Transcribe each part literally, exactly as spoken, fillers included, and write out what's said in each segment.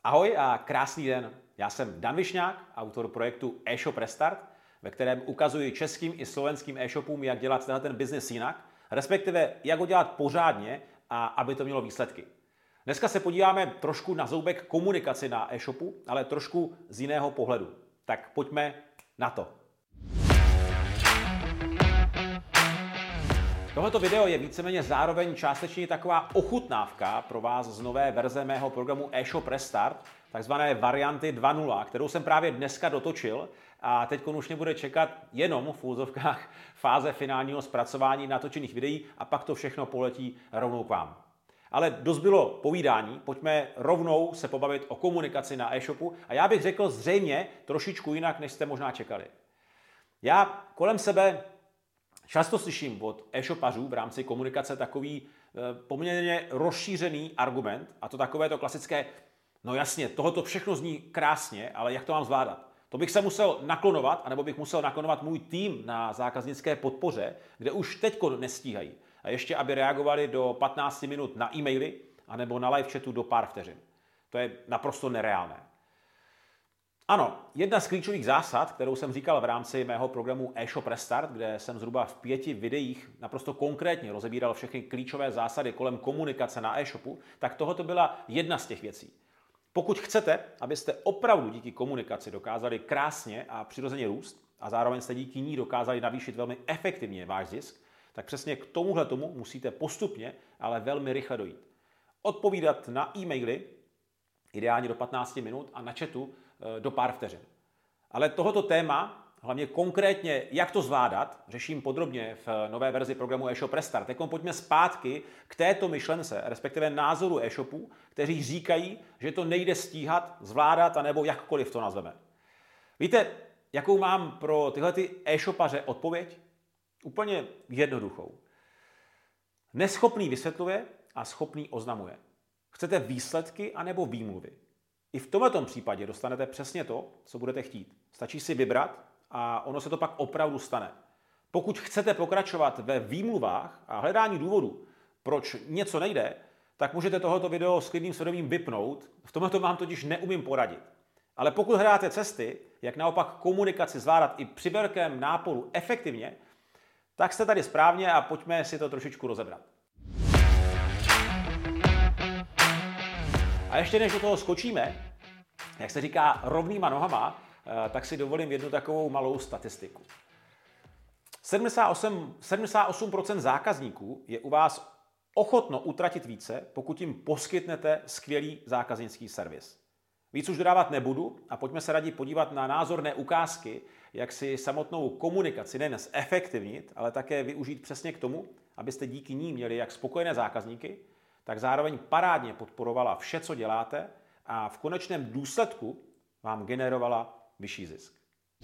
Ahoj a krásný den. Já jsem Dan Višňák, autor projektu e-shop Restart, ve kterém ukazuji českým i slovenským e-shopům, jak dělat tenhle ten biznis jinak, respektive jak ho dělat pořádně a aby to mělo výsledky. Dneska se podíváme trošku na zoubek komunikaci na e-shopu, ale trošku z jiného pohledu. Tak pojďme na to. Tohleto video je víceméně zároveň částečně taková ochutnávka pro vás z nové verze mého programu e-shop Restart, takzvané varianty dva tečka nula, kterou jsem právě dneska dotočil a teď už nebude čekat jenom v úzovkách fáze finálního zpracování natočených videí a pak to všechno poletí rovnou k vám. Ale dost bylo povídání, pojďme rovnou se pobavit o komunikaci na e-shopu a já bych řekl zřejmě trošičku jinak, než jste možná čekali. Já kolem sebe často slyším od e-shopařů v rámci komunikace takový e, poměrně rozšířený argument, a to takové to klasické, no jasně, tohoto všechno zní krásně, ale jak to mám zvládat? To bych se musel naklonovat, anebo bych musel naklonovat můj tým na zákaznické podpoře, kde už teďko nestíhají. A ještě, aby reagovali do patnácti minut na e-maily, anebo na live chatu do pár vteřin. To je naprosto nereálné. Ano, jedna z klíčových zásad, kterou jsem říkal v rámci mého programu e-shop Restart, kde jsem zhruba v pěti videích naprosto konkrétně rozebíral všechny klíčové zásady kolem komunikace na e-shopu, tak tohoto byla jedna z těch věcí. Pokud chcete, abyste opravdu díky komunikaci dokázali krásně a přirozeně růst a zároveň jste díky ní dokázali navýšit velmi efektivně váš zisk, tak přesně k tomuhle tomu musíte postupně, ale velmi rychle dojít. Odpovídat na e-maily, ideálně do patnácti minut, a na chatu do pár vteřin. Ale tohoto téma, hlavně konkrétně, jak to zvládat, řeším podrobně v nové verzi programu e-shop Restart. Tak pojďme zpátky k této myšlence, respektive názoru e-shopů, kteří říkají, že to nejde stíhat, zvládat, anebo jakkoliv to nazveme. Víte, jakou mám pro tyhle ty e-shopaře odpověď? Úplně jednoduchou. Neschopný vysvětluje a schopný oznamuje. Chcete výsledky anebo výmluvy? I v tomto případě dostanete přesně to, co budete chtít. Stačí si vybrat a ono se to pak opravdu stane. Pokud chcete pokračovat ve výmluvách a hledání důvodů, proč něco nejde, tak můžete tohoto video s klidným svědomím vypnout. V tomto vám totiž neumím poradit. Ale pokud hledáte cesty, jak naopak komunikaci zvládat i při velkém náporu efektivně, tak jste tady správně a pojďme si to trošičku rozebrat. A ještě než do toho skočíme, jak se říká rovnýma nohama, tak si dovolím jednu takovou malou statistiku. sedmdesát osm procent zákazníků je u vás ochotno utratit více, pokud jim poskytnete skvělý zákaznický servis. Víc už dodávat nebudu a pojďme se raději podívat na názorné ukázky, jak si samotnou komunikaci nejen zefektivnit, ale také využít přesně k tomu, abyste díky ní měli jak spokojené zákazníky, tak zároveň parádně podporovala vše, co děláte a v konečném důsledku vám generovala vyšší zisk.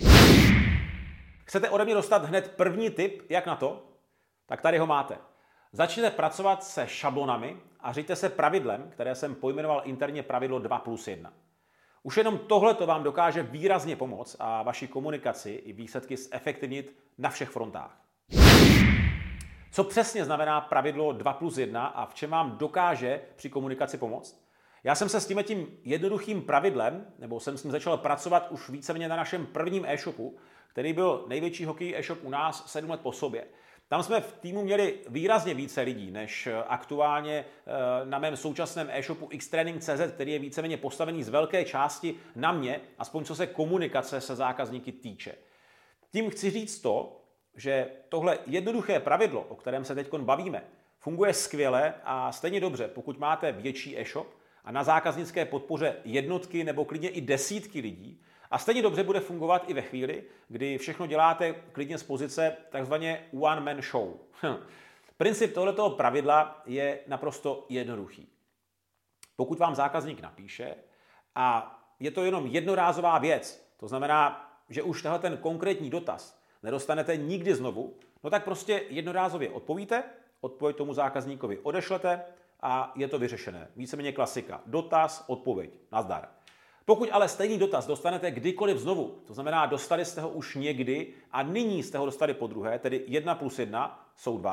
Chcete ode mě dostat hned první tip, jak na to? Tak tady ho máte. Začněte pracovat se šablonami a říďte se pravidlem, které jsem pojmenoval interně pravidlo dva plus jedna. Už jenom tohle to vám dokáže výrazně pomoct a vaši komunikaci i výsledky zefektivnit na všech frontách. Co přesně znamená pravidlo dva plus jedna a v čem vám dokáže při komunikaci pomoct? Já jsem se s tímhletím jednoduchým pravidlem, nebo jsem s ním začal pracovat už víceméně na našem prvním e-shopu, který byl největší hokej e-shop u nás sedm let po sobě. Tam jsme v týmu měli výrazně více lidí, než aktuálně na mém současném e-shopu xtraining tečka cé zet, který je víceméně postavený z velké části na mě, aspoň co se komunikace se zákazníky týče. Tím chci říct to, že tohle jednoduché pravidlo, o kterém se teď bavíme, funguje skvěle a stejně dobře, pokud máte větší e-shop a na zákaznické podpoře jednotky nebo klidně i desítky lidí, a stejně dobře bude fungovat i ve chvíli, kdy všechno děláte klidně z pozice takzvaně one man show. Princip tohletoho pravidla je naprosto jednoduchý. Pokud vám zákazník napíše a je to jenom jednorázová věc, to znamená, že už tenhle ten konkrétní dotaz nedostanete nikdy znovu, no tak prostě jednorázově odpovíte, odpověď tomu zákazníkovi odešlete a je to vyřešené. Víceméně klasika. Dotaz, odpověď. Nazdar. Pokud ale stejný dotaz dostanete kdykoliv znovu, to znamená, dostali jste ho už někdy a nyní jste ho dostali po druhé, tedy jedna plus jedna jsou dva,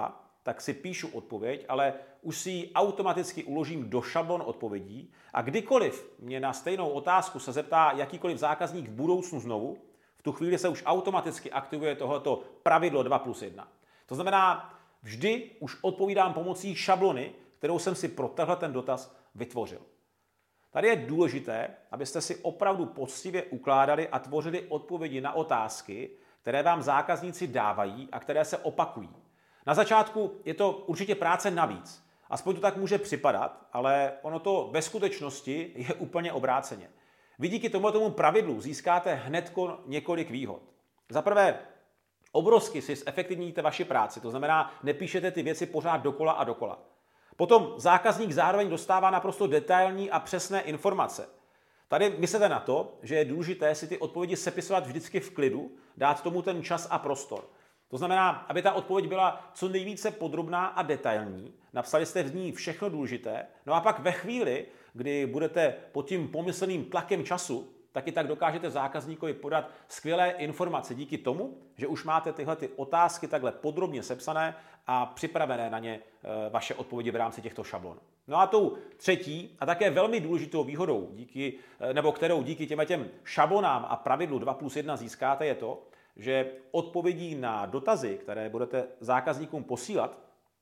tak si píšu odpověď, ale už si ji automaticky uložím do šablon odpovědí a kdykoliv mě na stejnou otázku se zeptá jakýkoliv zákazník v budoucnu znovu, v tu chvíli se už automaticky aktivuje tohoto pravidlo dva plus jedna. To znamená, vždy už odpovídám pomocí šablony, kterou jsem si pro tenhle ten dotaz vytvořil. Tady je důležité, abyste si opravdu poctivě ukládali a tvořili odpovědi na otázky, které vám zákazníci dávají a které se opakují. Na začátku je to určitě práce navíc. Aspoň to tak může připadat, ale ono to ve skutečnosti je úplně obráceně. Vy díky tomuto pravidlu získáte hnedko několik výhod. Za prvé, obrovsky si zefektivníte vaši práci, to znamená, nepíšete ty věci pořád dokola a dokola. Potom zákazník zároveň dostává naprosto detailní a přesné informace. Tady myslete na to, že je důležité si ty odpovědi sepisovat vždycky v klidu, dát tomu ten čas a prostor. To znamená, aby ta odpověď byla co nejvíce podrobná a detailní, napsali jste v ní všechno důležité, no a pak ve chvíli, kdy budete pod tím pomyslným tlakem času, tak i tak dokážete zákazníkovi podat skvělé informace díky tomu, že už máte tyhle ty otázky takhle podrobně sepsané a připravené na ně vaše odpovědi v rámci těchto šablon. No a tou třetí a také velmi důležitou výhodou, díky, nebo kterou díky těm těm šablonám a pravidlu dva plus jedna získáte, je to, že odpovědí na dotazy, které budete zákazníkům posílat,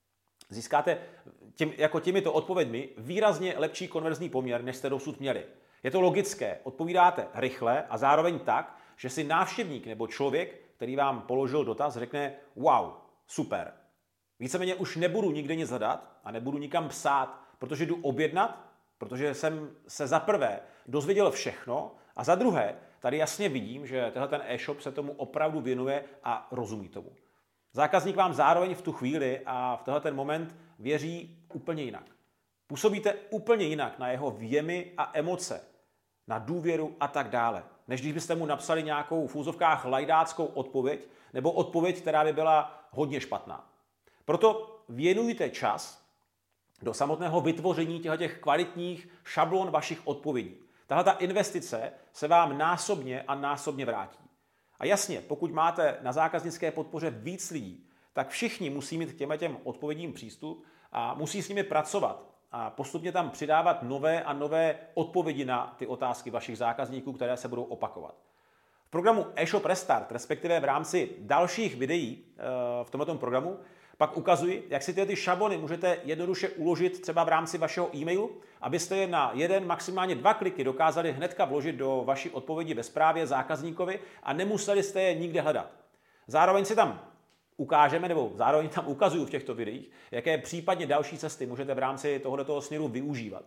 získáte tím, jako těmito odpověďmi výrazně lepší konverzní poměr, než jste dosud měli. Je to logické, odpovídáte rychle a zároveň tak, že si návštěvník nebo člověk, který vám položil dotaz, řekne wow, super. Víceméně už nebudu nikde nic hledat a nebudu nikam psát, protože jdu objednat, protože jsem se za prvé dozvěděl všechno a za druhé tady jasně vidím, že tenhle ten e-shop se tomu opravdu věnuje a rozumí tomu. Zákazník vám zároveň v tu chvíli a v tenhle ten moment věří úplně jinak. Působíte úplně jinak na jeho vjemy a emoce, na důvěru a tak dále, než když byste mu napsali nějakou v úzovkách lajdáckou odpověď nebo odpověď, která by byla hodně špatná. Proto věnujte čas do samotného vytvoření těch kvalitních šablon vašich odpovědí. Tahle ta investice se vám násobně a násobně vrátí. A jasně, pokud máte na zákaznické podpoře víc lidí, tak všichni musí mít k těm těm odpovědím přístup a musí s nimi pracovat a postupně tam přidávat nové a nové odpovědi na ty otázky vašich zákazníků, které se budou opakovat. V programu e-shop Restart, respektive v rámci dalších videí v tomto programu, pak ukazuji, jak si ty šablony můžete jednoduše uložit třeba v rámci vašeho e-mailu, abyste je na jeden, maximálně dva kliky dokázali hnedka vložit do vaší odpovědi ve zprávě zákazníkovi a nemuseli jste je nikde hledat. Zároveň si tam ukážeme, nebo zároveň tam ukazuju v těchto videích, jaké případně další cesty můžete v rámci tohoto směru využívat.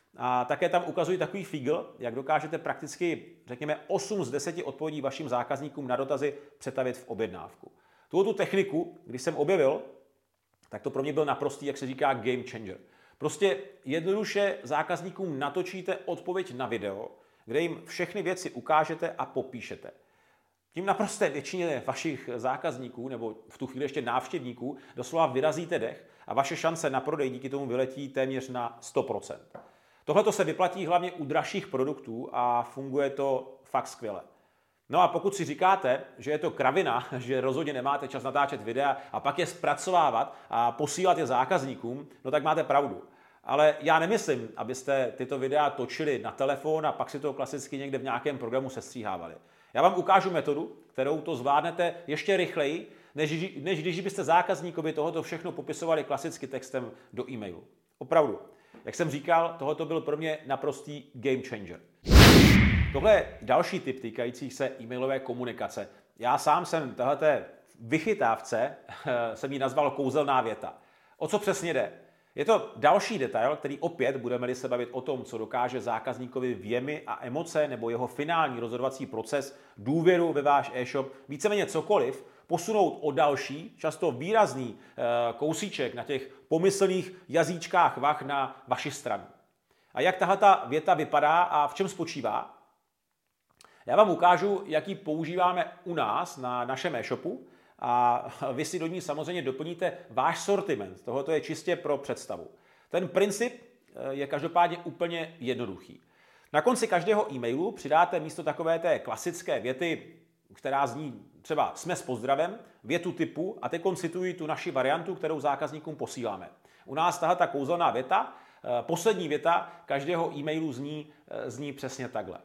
A také tam ukazuji takový fígl, jak dokážete prakticky, řekněme, osm z deseti odpovědí vašim zákazníkům na dotazy přetavit v objednávku. Tuto techniku, když jsem objevil, tak to pro mě byl naprostý, jak se říká, game changer. Prostě jednoduše zákazníkům natočíte odpověď na video, kde jim všechny věci ukážete a popíšete. Tím naprosté většině vašich zákazníků, nebo v tu chvíli ještě návštěvníků, doslova vyrazíte dech a vaše šance na prodej díky tomu vyletí téměř na sto procent. Tohle se vyplatí hlavně u dražších produktů a funguje to fakt skvěle. No a pokud si říkáte, že je to kravina, že rozhodně nemáte čas natáčet videa a pak je zpracovávat a posílat je zákazníkům, no tak máte pravdu. Ale já nemyslím, abyste tyto videa točili na telefon a pak si to klasicky někde v nějakém programu sestříhávali. Já vám ukážu metodu, kterou to zvládnete ještě rychleji, než, než když byste zákazníkovi tohoto všechno popisovali klasicky textem do e-mailu. Opravdu. Jak jsem říkal, tohoto byl pro mě naprostý game changer. Tohle je další tip týkající se e-mailové komunikace. Já sám jsem tohleté vychytávce jsem ji nazval kouzelná věta. O co přesně jde? Je to další detail, který opět, budeme-li se bavit o tom, co dokáže zákazníkovi vjemy a emoce nebo jeho finální rozhodovací proces, důvěru ve váš e-shop, víceméně cokoliv, posunout o další, často výrazný kousíček na těch pomyslných jazyčkách vah na vaši stranu. A jak tahle ta věta vypadá a v čem spočívá? Já vám ukážu, jak ji používáme u nás na našem e-shopu a vy si do ní samozřejmě doplníte váš sortiment. Tohle je čistě pro představu. Ten princip je každopádně úplně jednoduchý. Na konci každého e-mailu přidáte místo takové té klasické věty která zní třeba jsme s pozdravem, větu typu a teď cituji tu naši variantu, kterou zákazníkům posíláme. U nás tahle ta kouzelná věta, poslední věta každého e-mailu zní, zní přesně takhle.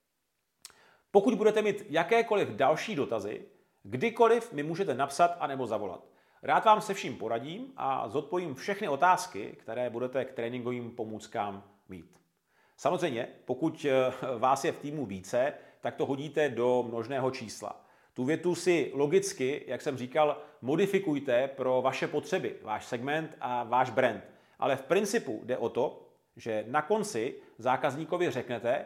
Pokud budete mít jakékoliv další dotazy, kdykoliv mi můžete napsat anebo zavolat. Rád vám se vším poradím a zodpovím všechny otázky, které budete k tréninkovým pomůckám mít. Samozřejmě, pokud vás je v týmu více, tak to hodíte do množného čísla. Tu větu si logicky, jak jsem říkal, modifikujte pro vaše potřeby, váš segment a váš brand. Ale v principu jde o to, že na konci zákazníkovi řeknete,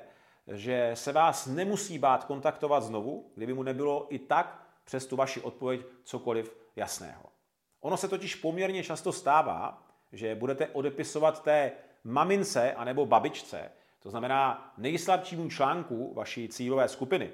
že se vás nemusí bát kontaktovat znovu, kdyby mu nebylo i tak přes tu vaši odpověď cokoliv jasného. Ono se totiž poměrně často stává, že budete odepisovat té mamince anebo babičce, to znamená nejslabšímu článku vaší cílové skupiny.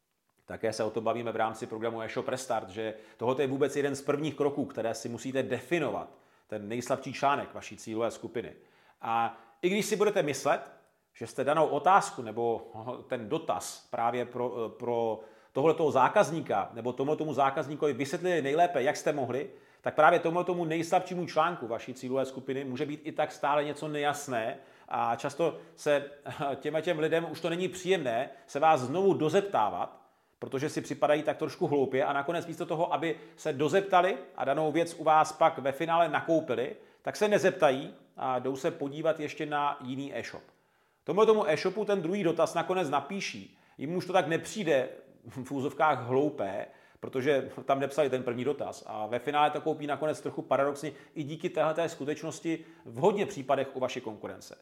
Také se o to bavíme v rámci programu eShop Restart, že tohle je vůbec jeden z prvních kroků, které si musíte definovat, ten nejslabší článek vaší cílové skupiny. A i když si budete myslet, že jste danou otázku nebo ten dotaz právě pro, pro tohletoho zákazníka nebo tomuto zákazníkovi vysvětlili nejlépe, jak jste mohli, tak právě tomuto nejslabšímu článku vaší cílové skupiny může být i tak stále něco nejasné a často se těm těm lidem už to není příjemné se vás znovu dozeptávat, protože si připadají tak trošku hloupě a nakonec místo toho, aby se dozeptali a danou věc u vás pak ve finále nakoupili, tak se nezeptají a jdou se podívat ještě na jiný e-shop. Tomu tomu e-shopu ten druhý dotaz nakonec napíší. Jim už to tak nepřijde v úzovkách hloupé, protože tam nepsali ten první dotaz. A ve finále to koupí nakonec trochu paradoxně i díky téhleté skutečnosti v hodně případech u vaší konkurence.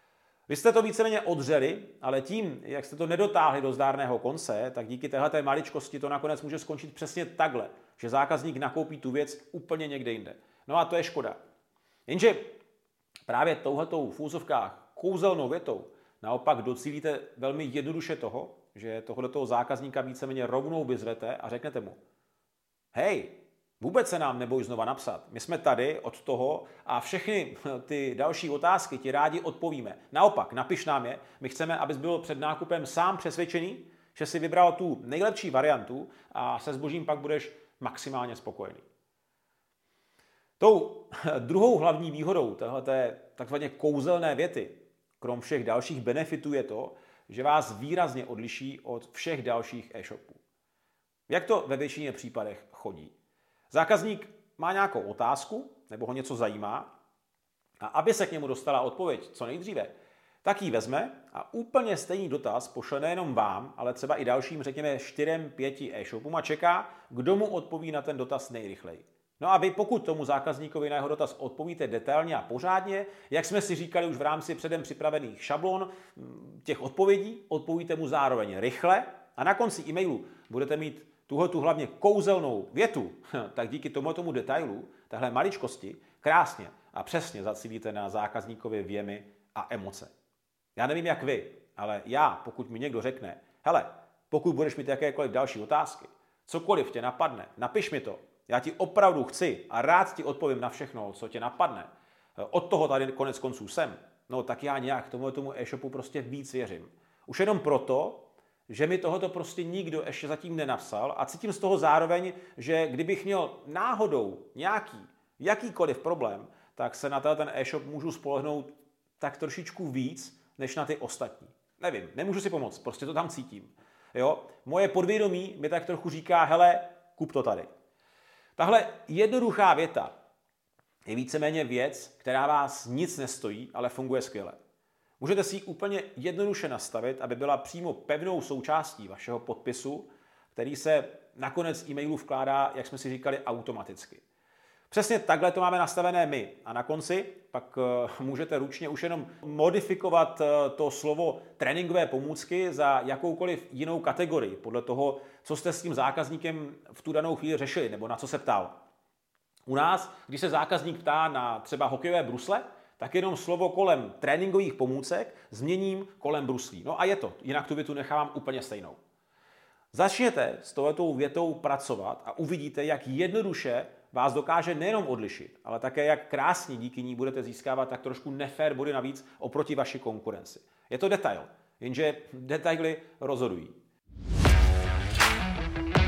Vy jste to víceméně odřeli, ale tím, jak jste to nedotáhli do zdárného konce, tak díky téhleté maličkosti to nakonec může skončit přesně takhle, že zákazník nakoupí tu věc úplně někde jinde. No a to je škoda. Jenže právě touhletou v úzovkách kouzelnou větou naopak docílíte velmi jednoduše toho, že tohoto zákazníka víceméně rovnou vyzvete a řeknete mu: hej, vůbec se nám neboj znova napsat. My jsme tady od toho a všechny ty další otázky ti rádi odpovíme. Naopak, napiš nám je. My chceme, abys byl před nákupem sám přesvědčený, že si vybral tu nejlepší variantu a se zbožím pak budeš maximálně spokojený. Tou druhou hlavní výhodou téhleté takzvaně kouzelné věty, krom všech dalších benefitů, je to, že vás výrazně odliší od všech dalších e-shopů. Jak to ve většině případech chodí? Zákazník má nějakou otázku, nebo ho něco zajímá, a aby se k němu dostala odpověď co nejdříve, tak ji vezme a úplně stejný dotaz pošle nejenom vám, ale třeba i dalším, řekněme, čtyřem, pěti e-shopům a čeká, kdo mu odpoví na ten dotaz nejrychleji. No a vy, pokud tomu zákazníkovi na jeho dotaz odpovíte detailně a pořádně, jak jsme si říkali už v rámci předem připravených šablon těch odpovědí, odpovíte mu zároveň rychle a na konci e-mailu budete mít tuhletu hlavně kouzelnou větu, tak díky tomu tomu detailu, tahle maličkosti, krásně a přesně zacílíte na zákazníkově věmy a emoce. Já nevím jak vy, ale já, pokud mi někdo řekne: hele, pokud budeš mít jakékoliv další otázky, cokoliv tě napadne, napiš mi to, já ti opravdu chci a rád ti odpovím na všechno, co tě napadne. Od toho tady konec konců jsem. No tak já nějak tomu tomu e-shopu prostě víc věřím. Už jenom proto, že mi tohoto prostě nikdo ještě zatím nenapsal a cítím z toho zároveň, že kdybych měl náhodou nějaký, jakýkoliv problém, tak se na ten e-shop můžu spolehnout tak trošičku víc, než na ty ostatní. Nevím, nemůžu si pomoct, prostě to tam cítím. Jo? Moje podvědomí mi tak trochu říká: hele, kup to tady. Tahle jednoduchá věta je víceméně věc, která vás nic nestojí, ale funguje skvěle. Můžete si ji úplně jednoduše nastavit, aby byla přímo pevnou součástí vašeho podpisu, který se nakonec e-mailu vkládá, jak jsme si říkali, automaticky. Přesně takhle to máme nastavené my. A na konci pak můžete ručně už jenom modifikovat to slovo tréninkové pomůcky za jakoukoliv jinou kategorii, podle toho, co jste s tím zákazníkem v tu danou chvíli řešili, nebo na co se ptal. U nás, když se zákazník ptá na třeba hokejové brusle, tak jenom slovo kolem tréninkových pomůcek změním kolem bruslí. No a je to, jinak tu větu nechávám úplně stejnou. Začněte s touhletou větou pracovat a uvidíte, jak jednoduše vás dokáže nejenom odlišit, ale také jak krásně díky ní budete získávat tak trošku nefér body navíc oproti vaší konkurenci. Je to detail, jenže detaily rozhodují.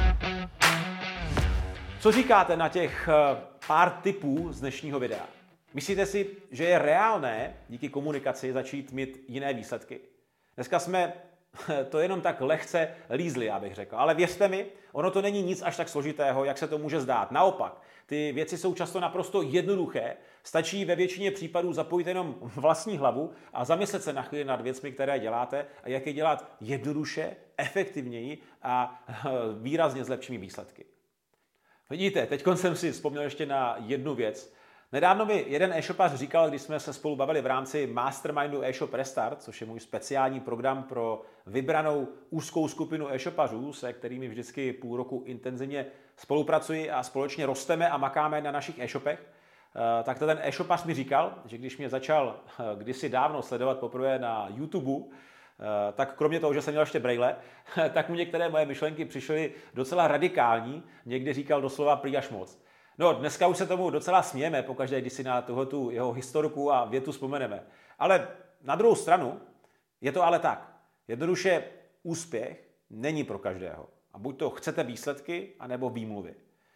Co říkáte na těch pár tipů z dnešního videa? Myslíte si, že je reálné díky komunikaci začít mít jiné výsledky? Dneska jsme to jenom tak lehce lízli, já bych řekl. Ale věřte mi, ono to není nic až tak složitého, jak se to může zdát. Naopak, ty věci jsou často naprosto jednoduché. Stačí ve většině případů zapojit jenom vlastní hlavu a zamyslet se na chvíli nad věcmi, které děláte a jak je dělat jednoduše, efektivněji a výrazně s lepšími výsledky. Vidíte, teď jsem si vzpomněl ještě na jednu věc. Nedávno mi jeden e-shopař říkal, když jsme se spolu bavili v rámci Mastermindu e-shop Restart, což je můj speciální program pro vybranou úzkou skupinu e-shopařů, se kterými vždycky půl roku intenzivně spolupracuji a společně rosteme a makáme na našich e-shopech, tak to ten e-shopař mi říkal, že když mě začal kdysi dávno sledovat poprvé na YouTube, tak kromě toho, že jsem měl ještě brejle, tak mu některé moje myšlenky přišly docela radikální, někdy říkal doslova prý až moc. No, dneska už se tomu docela smějeme, pokaždé, když si na tuhletu jeho historku a větu vzpomeneme. Ale na druhou stranu je to ale tak. Jednoduše úspěch není pro každého. A buď to chcete výsledky, anebo výmluvy.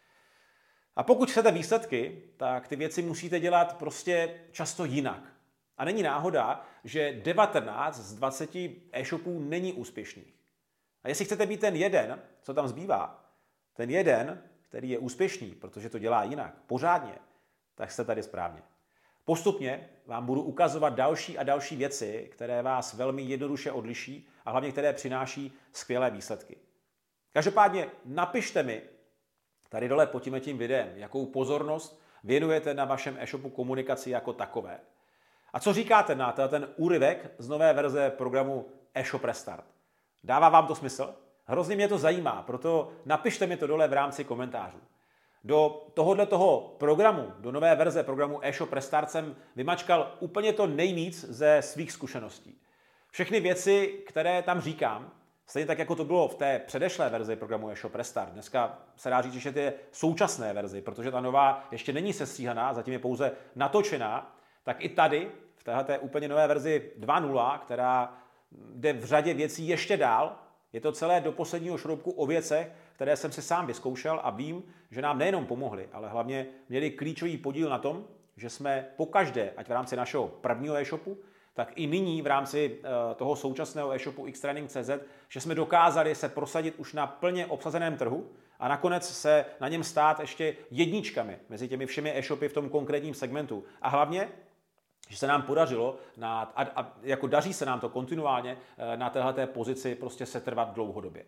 A pokud chcete výsledky, tak ty věci musíte dělat prostě často jinak. A není náhoda, že devatenáct z dvaceti e-shopů není úspěšných. A jestli chcete být ten jeden, co tam zbývá, ten jeden, který je úspěšný, protože to dělá jinak, pořádně, tak jste tady správně. Postupně vám budu ukazovat další a další věci, které vás velmi jednoduše odliší a hlavně které přináší skvělé výsledky. Každopádně napište mi tady dole pod tím videem, jakou pozornost věnujete na vašem e-shopu komunikaci jako takové. A co říkáte na ten úryvek z nové verze programu e-shop Restart? Dává vám to smysl? Hrozně mě to zajímá, proto napište mi to dole v rámci komentářů. Do tohohle toho programu, do nové verze programu e-shop Restart jsem vymačkal úplně to nejvíc ze svých zkušeností. Všechny věci, které tam říkám, stejně tak, jako to bylo v té předešlé verzi programu e-shop Restart. Dneska se dá říct, že to je současné verzi, protože ta nová ještě není sestříhaná, zatím je pouze natočená, tak i tady, v téhleté úplně nové verzi dva nula, která jde v řadě věcí ještě dál, je to celé do posledního šroubku o věcech, které jsem si sám vyzkoušel a vím, že nám nejenom pomohly, ale hlavně měli klíčový podíl na tom, že jsme pokaždé, ať v rámci našeho prvního e-shopu, tak i nyní v rámci toho současného e-shopu xtraining tečka cz, že jsme dokázali se prosadit už na plně obsazeném trhu a nakonec se na něm stát ještě jedničkami mezi těmi všemi e-shopy v tom konkrétním segmentu. A hlavně, že se nám podařilo, na, a, a jako daří se nám to kontinuálně, na téhleté pozici prostě setrvat dlouhodobě.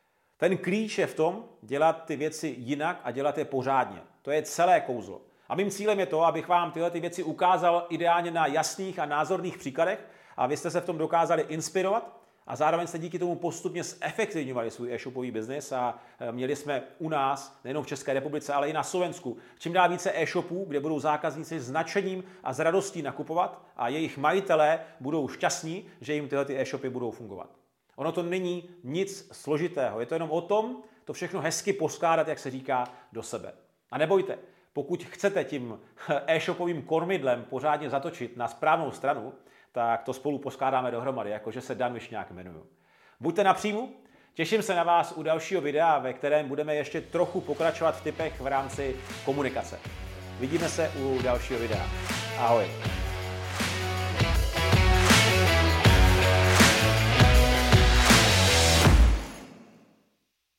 Ten klíč je v tom dělat ty věci jinak a dělat je pořádně. To je celé kouzlo. A mým cílem je to, abych vám tyhle ty věci ukázal ideálně na jasných a názorných příkladech a vy jste se v tom dokázali inspirovat a zároveň jste díky tomu postupně zefektivňovali svůj e-shopový biznis a měli jsme u nás, nejenom v České republice, ale i na Slovensku, čím dál více e-shopů, kde budou zákazníci s nadšením a s radostí nakupovat a jejich majitelé budou šťastní, že jim tyhle ty e-shopy budou fungovat. Ono to není nic složitého, je to jenom o tom, to všechno hezky poskládat, jak se říká, do sebe. A nebojte, pokud chcete tím e-shopovým kormidlem pořádně zatočit na správnou stranu, tak to spolu poskládáme dohromady, jakože se Dan Višňák jmenuju. Buďte napřímu, těším se na vás u dalšího videa, ve kterém budeme ještě trochu pokračovat v tipech v rámci komunikace. Vidíme se u dalšího videa. Ahoj.